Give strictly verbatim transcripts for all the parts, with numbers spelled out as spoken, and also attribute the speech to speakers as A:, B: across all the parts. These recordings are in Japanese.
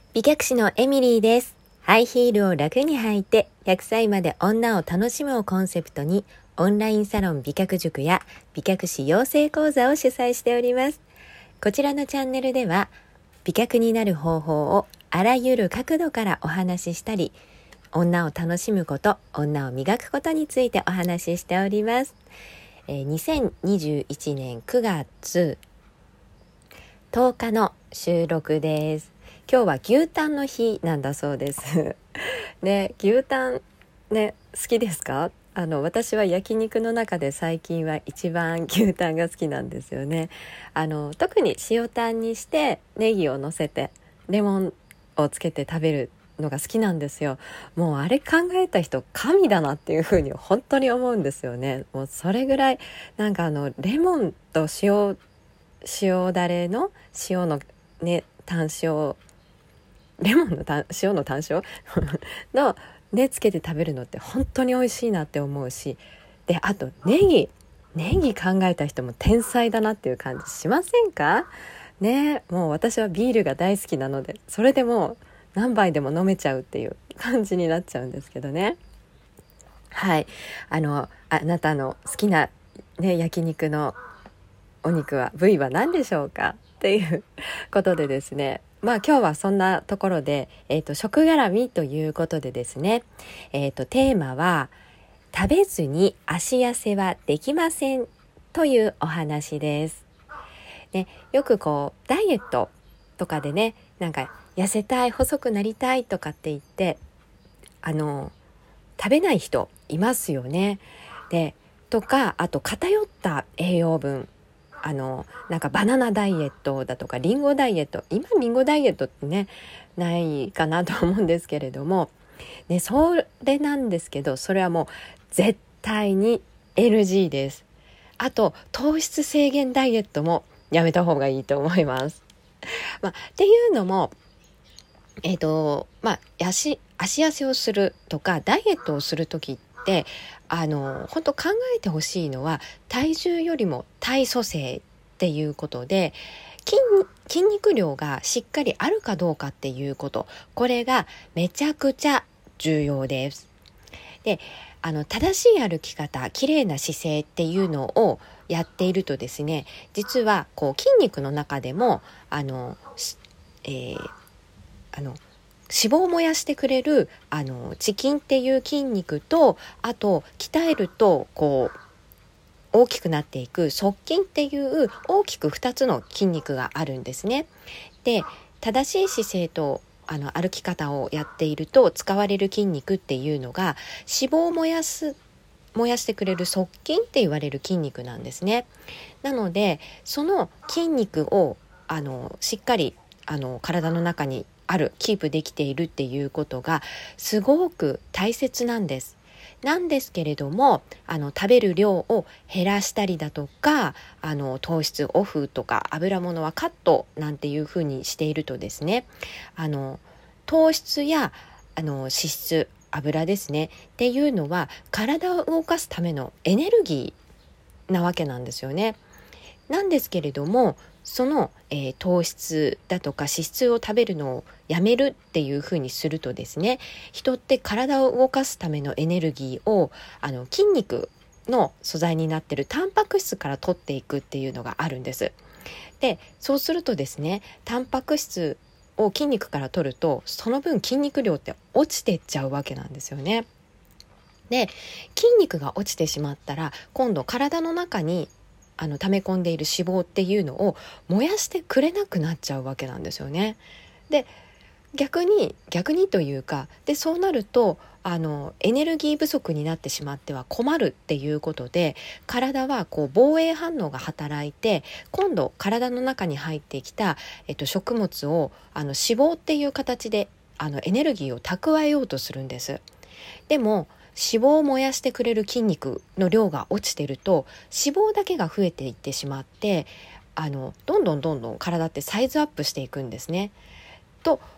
A: 美脚師のエミリーです。ハイヒールを楽に履いてひゃくさいまで女を楽しむをコンセプトにオンラインサロン美脚塾や美脚師養成講座を主催しております。こちらのチャンネルでは美脚になる方法をあらゆる角度からお話ししたり、女を楽しむこと、女を磨くことについてお話ししております。えー、にせんにじゅういちねんくがつとおかの収録です。今日は牛タンの日なんだそうですね、牛タンね、好きですか？あの私は焼肉の中で最近は一番牛タンが好きなんですよね。あの特に塩タンにしてネギを乗せてレモンをつけて食べるのが好きなんですよ。もうあれ考えた人神だなっていう風に本当に思うんですよね。もうそれぐらいなんかあのレモンと塩塩だれの塩のね単塩レモンの単塩の単塩のねつけて食べるのって本当に美味しいなって思うし、であとネギネギ考えた人も天才だなっていう感じしませんかね。もう私はビールが大好きなのでそれでもう何杯でも飲めちゃうっていう感じになっちゃうんですけどね。はい、あのあなたの好きな、ね、焼肉のお肉は部位は何でしょうかっていうことでですね、まあ今日はそんなところで、えーと、食絡みということでですね、えーと、テーマは食べずに足痩せはできませんというお話です、ね、よくこうダイエットとかでね、なんか痩せたい細くなりたいとかって言ってあの食べない人いますよね。でとかあと偏った栄養分、あのなんかバナナダイエットだとかリンゴダイエット、今リンゴダイエットってねないかなと思うんですけれども、ね、それなんですけどそれはもう絶対に エヌジー です。あと糖質制限ダイエットもやめた方がいいと思います、まあ、っていうのもえーとまあ、足, 足痩せをするとかダイエットをするときってあの本当考えてほしいのは体重よりも体組成っていうことで 筋, 筋肉量がしっかりあるかどうかっていうこと、これがめちゃくちゃ重要です。であの正しい歩き方、綺麗な姿勢っていうのをやっているとですね、実はこう筋肉の中でもあの、えーあの脂肪を燃やしてくれるあの遅筋っていう筋肉と、あと鍛えるとこう大きくなっていく側筋っていう大きくふたつの筋肉があるんですね。で正しい姿勢とあの歩き方をやっていると使われる筋肉っていうのが脂肪を燃やす燃やしてくれる側筋って言われる筋肉なんですね。なのでその筋肉をあのしっかりあの体の中にあるキープできているっていうことがすごく大切なんですなんですけれども、あの食べる量を減らしたりだとか、あの糖質オフとか油物はカットなんていうふうにしているとですね、あの糖質やあの脂質油ですねっていうのは体を動かすためのエネルギーなわけなんですよね。なんですけれどもその、えー、糖質だとか脂質を食べるのをやめるっていう風にするとですね、人って体を動かすためのエネルギーをあの筋肉の素材になっているタンパク質から取っていくっていうのがあるんです。でそうするとですね、タンパク質を筋肉から取るとその分筋肉量って落ちていっちゃうわけなんですよね。で筋肉が落ちてしまったら今度体の中にあの溜め込んでいる脂肪っていうのを燃やしてくれなくなっちゃうわけなんですよね。で逆に逆にというかでそうなるとあのエネルギー不足になってしまっては困るっていうことで、体はこう防衛反応が働いて今度体の中に入ってきた、えっと、食物をあの脂肪っていう形であのエネルギーを蓄えようとするんです。でも脂肪を燃やしてくれる筋肉の量が落ちてると脂肪だけが増えていってしまってあのどんどんどんどん体ってサイズアップしていくんですね。と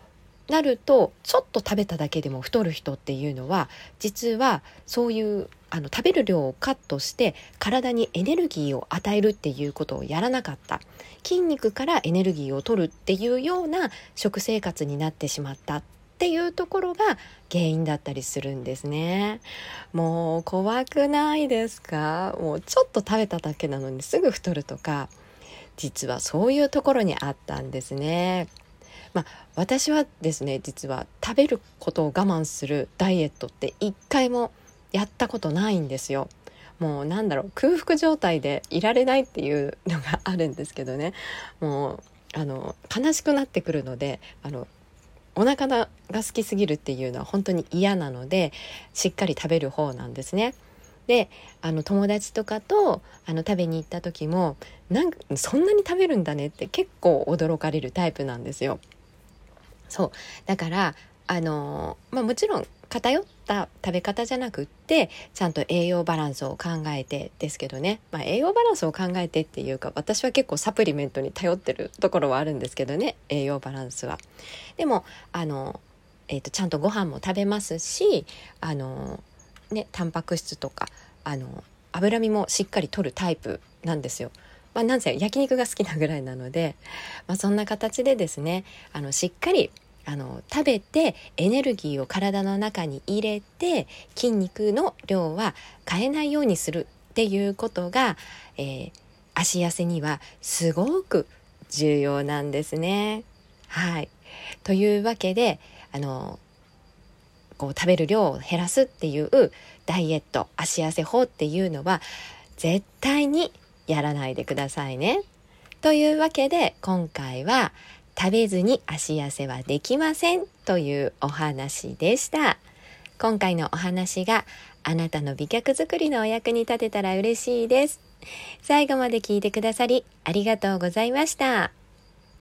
A: なるとちょっと食べただけでも太る人っていうのは、実はそういうあの食べる量をカットして体にエネルギーを与えるっていうことをやらなかった、筋肉からエネルギーを取るっていうような食生活になってしまったっていうところが原因だったりするんですね。もう怖くないですか？もうちょっと食べただけなのにすぐ太るとか、実はそういうところにあったんですね。まあ、私はですね、実は食べることを我慢するダイエットって一回もやったことないんですよ。もうなんだろう、空腹状態でいられないっていうのがあるんですけどね、もうあの悲しくなってくるので、あのお腹が好きすぎるっていうのは本当に嫌なので、しっかり食べる方なんですね。で、あの友達とかとあの食べに行った時も、なんかそんなに食べるんだねって結構驚かれるタイプなんですよ。そうだからあの、まあ、もちろん偏った食べ方じゃなくって、ちゃんと栄養バランスを考えてですけどね、まあ、栄養バランスを考えてっていうか、私は結構サプリメントに頼ってるところはあるんですけどね、栄養バランスは。でもあの、えーと、ちゃんとご飯も食べますし、あの、ね、タンパク質とかあの脂身もしっかり摂るタイプなんですよ。まあ、なんせ焼肉が好きなぐらいなので、まあ、そんな形でですね、あのしっかりあの食べてエネルギーを体の中に入れて、筋肉の量は変えないようにするっていうことが、えー、足痩せにはすごく重要なんですね。はい。というわけで、あのこう食べる量を減らすっていうダイエット、足痩せ法っていうのは絶対にやらないでくださいね。というわけで、今回は食べずに足痩せはできませんというお話でした。今回のお話があなたの美脚作りのお役に立てたら嬉しいです。最後まで聞いてくださりありがとうございました。